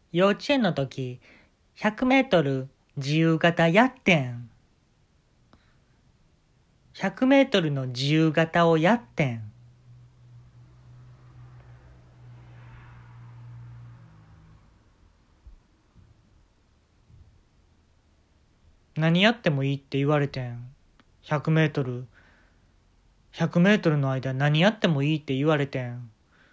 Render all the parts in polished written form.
幼稚園の時、100メートル自由形やってん。100メートルの自由形をやってん。何やってもいいって言われてん。100メートル。100メートルの間何やってもいいって言われてん。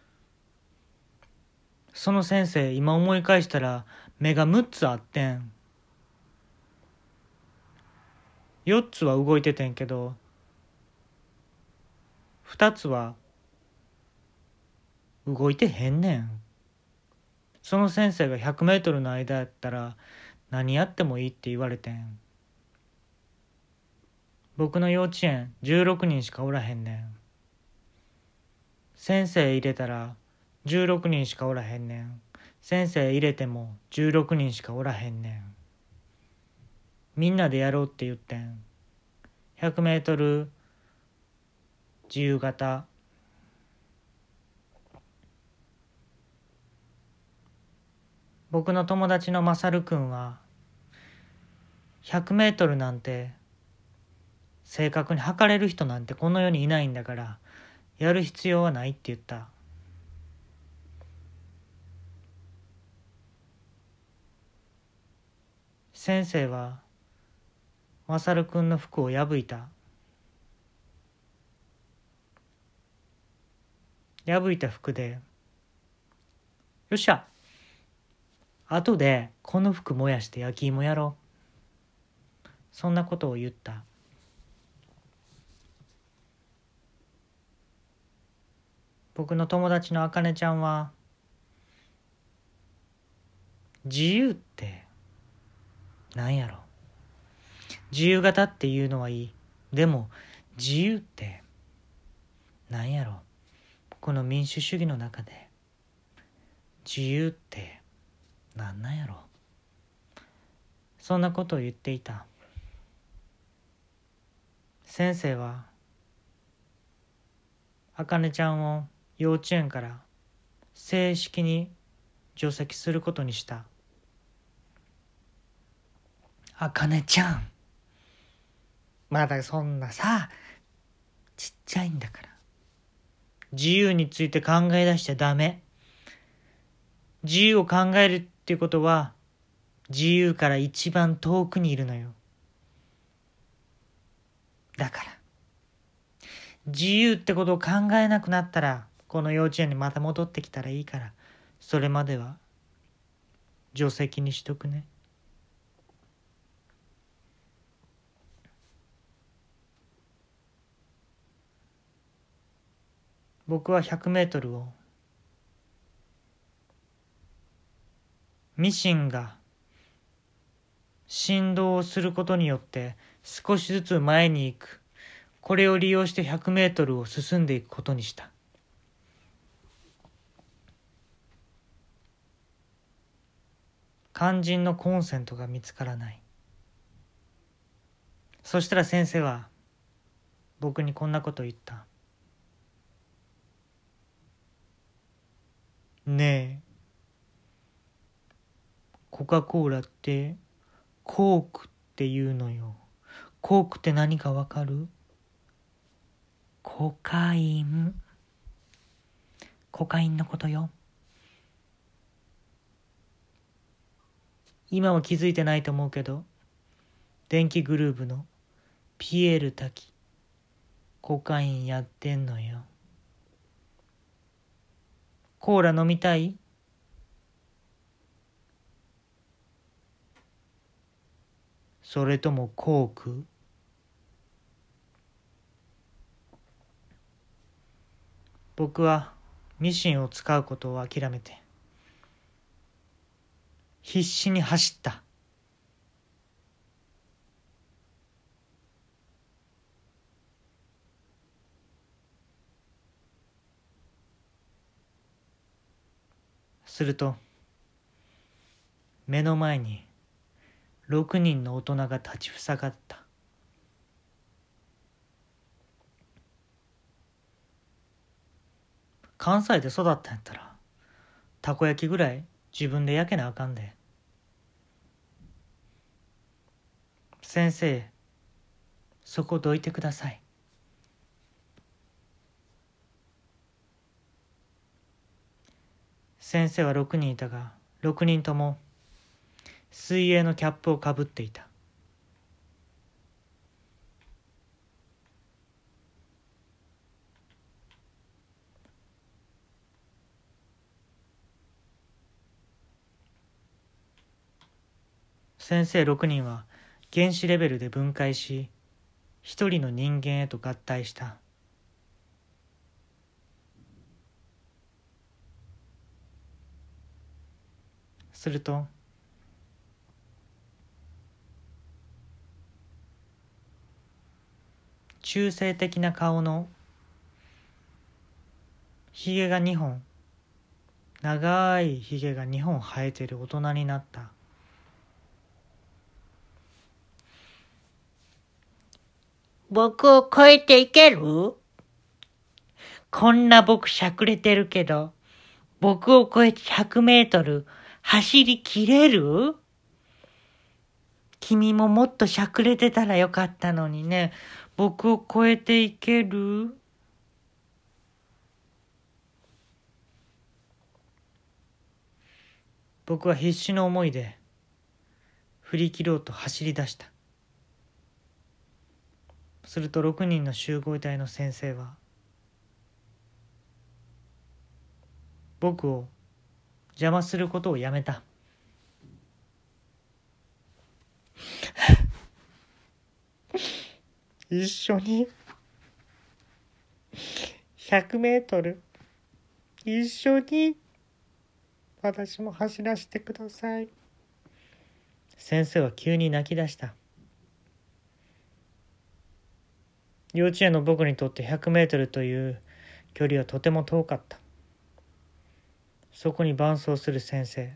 その先生、今思い返したら目が6つあってん。4つは動いててんけど、2つは動いてへんねん。その先生が100メートルの間やったら何やってもいいって言われてん。僕の幼稚園16人しかおらへんねん。先生入れたら16人しかおらへんねん。先生入れても16人しかおらへんねん。みんなでやろうって言ってん。100メートル自由形。僕の友達のマサルくんは100メートルなんて正確に測れる人なんてこの世にいないんだからやる必要はないって言った。先生はマサルくんの服を破いた。破いた服で、よっしゃ、後でこの服燃やして焼き芋やろう。そんなことを言った。僕の友達のあかねちゃんは、自由ってなんやろ。自由形っていうのはいい。でも自由ってなんやろ。この民主主義の中で自由ってなんやろ。そんなことを言っていた。先生はあかねちゃんを幼稚園から正式に除籍することにした。あかねちゃん、まだそんなさ、ちっちゃいんだから。自由について考え出しちゃダメ。自由を考えるっていうことは、自由から一番遠くにいるのよ。だから、自由ってことを考えなくなったら、この幼稚園にまた戻ってきたらいいから、それまでは、除籍にしとくね。僕は100メートルをミシンが振動をすることによって少しずつ前に行く。これを利用して100メートルを進んでいくことにした。肝心のコンセントが見つからない。そしたら先生は僕にこんなことを言った。ねえ、コカ・コーラってコークって言うのよ。コークって何かわかる？コカイン。コカインのことよ。今は気づいてないと思うけど、電気グルーヴのピエール滝、コカインやってんのよ。コーラ飲みたい？それともコーク？僕はミシンを使うことを諦めて必死に走った。すると目の前に6人の大人が立ちふさがった。関西で育ったんやったらたこ焼きぐらい自分で焼けなあかんで。先生、そこどいてください。先生は6人いたが、6人とも水泳のキャップをかぶっていた。先生6人は原子レベルで分解し、一人の人間へと合体した。すると、中性的な顔のひげが2本、長いひげが2本生えている大人になった。僕を超えていける？こんな僕しゃくれてるけど、僕を超えて100メートル走りきれる？君ももっとしゃくれてたらよかったのにね。僕を超えていける？僕は必死の思いで振り切ろうと走り出した。すると6人の集合体の先生は僕を邪魔することをやめた。一緒に100メートル一緒に私も走らせてください。先生は急に泣き出した。幼稚園の僕にとって100メートルという距離はとても遠かった。そこに伴走する先生。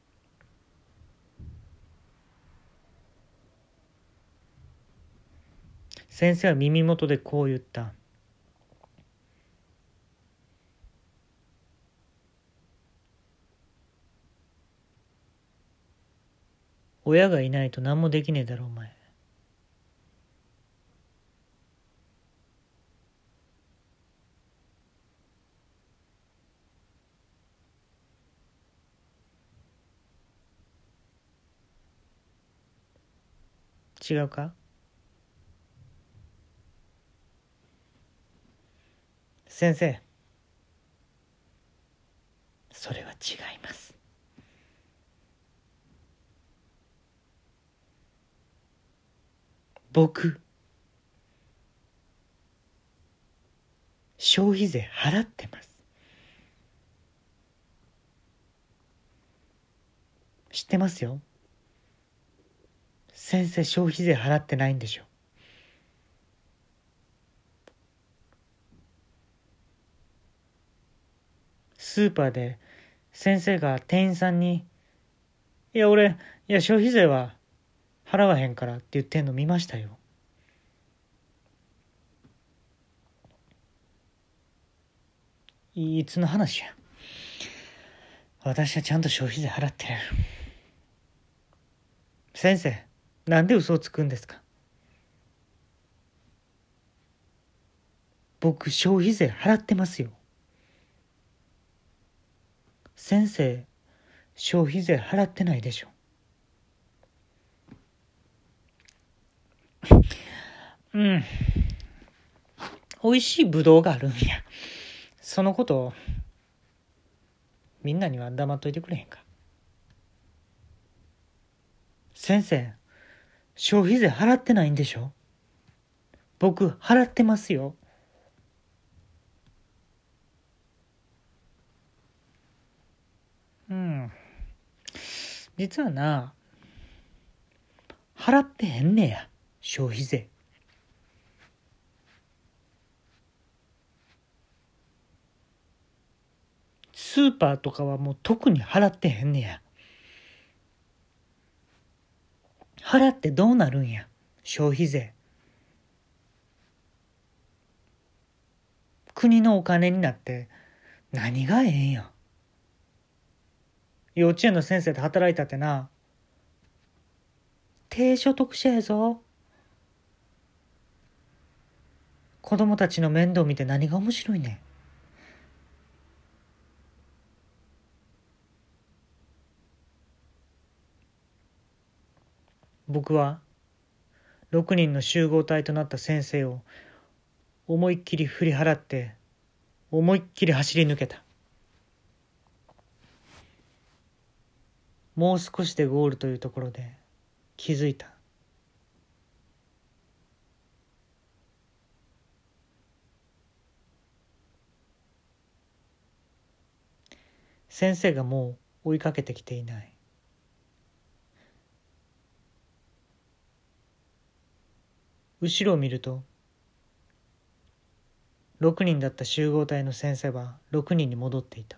先生は耳元でこう言った。親がいないと何もできねえだろお前。違うか？先生、それは違います。僕、消費税払ってます。知ってますよ。先生、消費税払ってないんでしょ。スーパーで先生が店員さんに「いや消費税は払わへんから」って言ってんの見ましたよ。いつの話や。私はちゃんと消費税払ってる。先生、なんで嘘をつくんですか？僕消費税払ってますよ。先生、消費税払ってないでしょ。うん。美味しいぶどうがあるんや。そのことみんなには黙っといてくれへんか。先生、消費税払ってないんでしょ。僕払ってますよ。うん。実はな、払ってへんねや、消費税。スーパーとかはもう特に払ってへんねや。払ってどうなるんや、消費税。国のお金になって何がええんや。 幼稚園の先生で働いたってな、低所得者やぞ。子供たちの面倒見て何が面白いねん。僕は6人の集合体となった先生を思いっきり振り払って思いっきり走り抜けた。もう少しでゴールというところで気づいた。先生がもう追いかけてきていない。後ろを見ると6人だった集合体の先生は6人に戻っていた。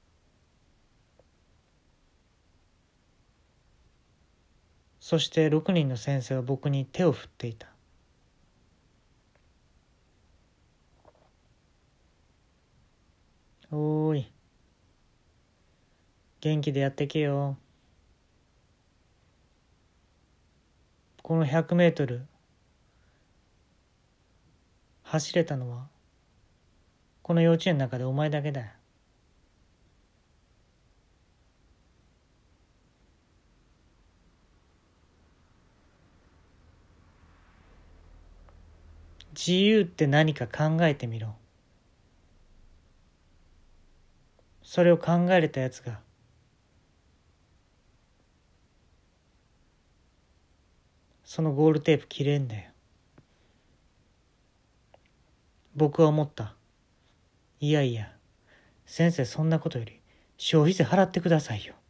そして6人の先生は僕に手を振っていた。おーい、元気でやってけよ。この100メートル走れたのはこの幼稚園の中でお前だけだよ。自由って何か考えてみろ。それを考えれたやつがそのゴールテープ切れんだよ。僕は思った。いやいや、先生そんなことより消費税払ってくださいよ。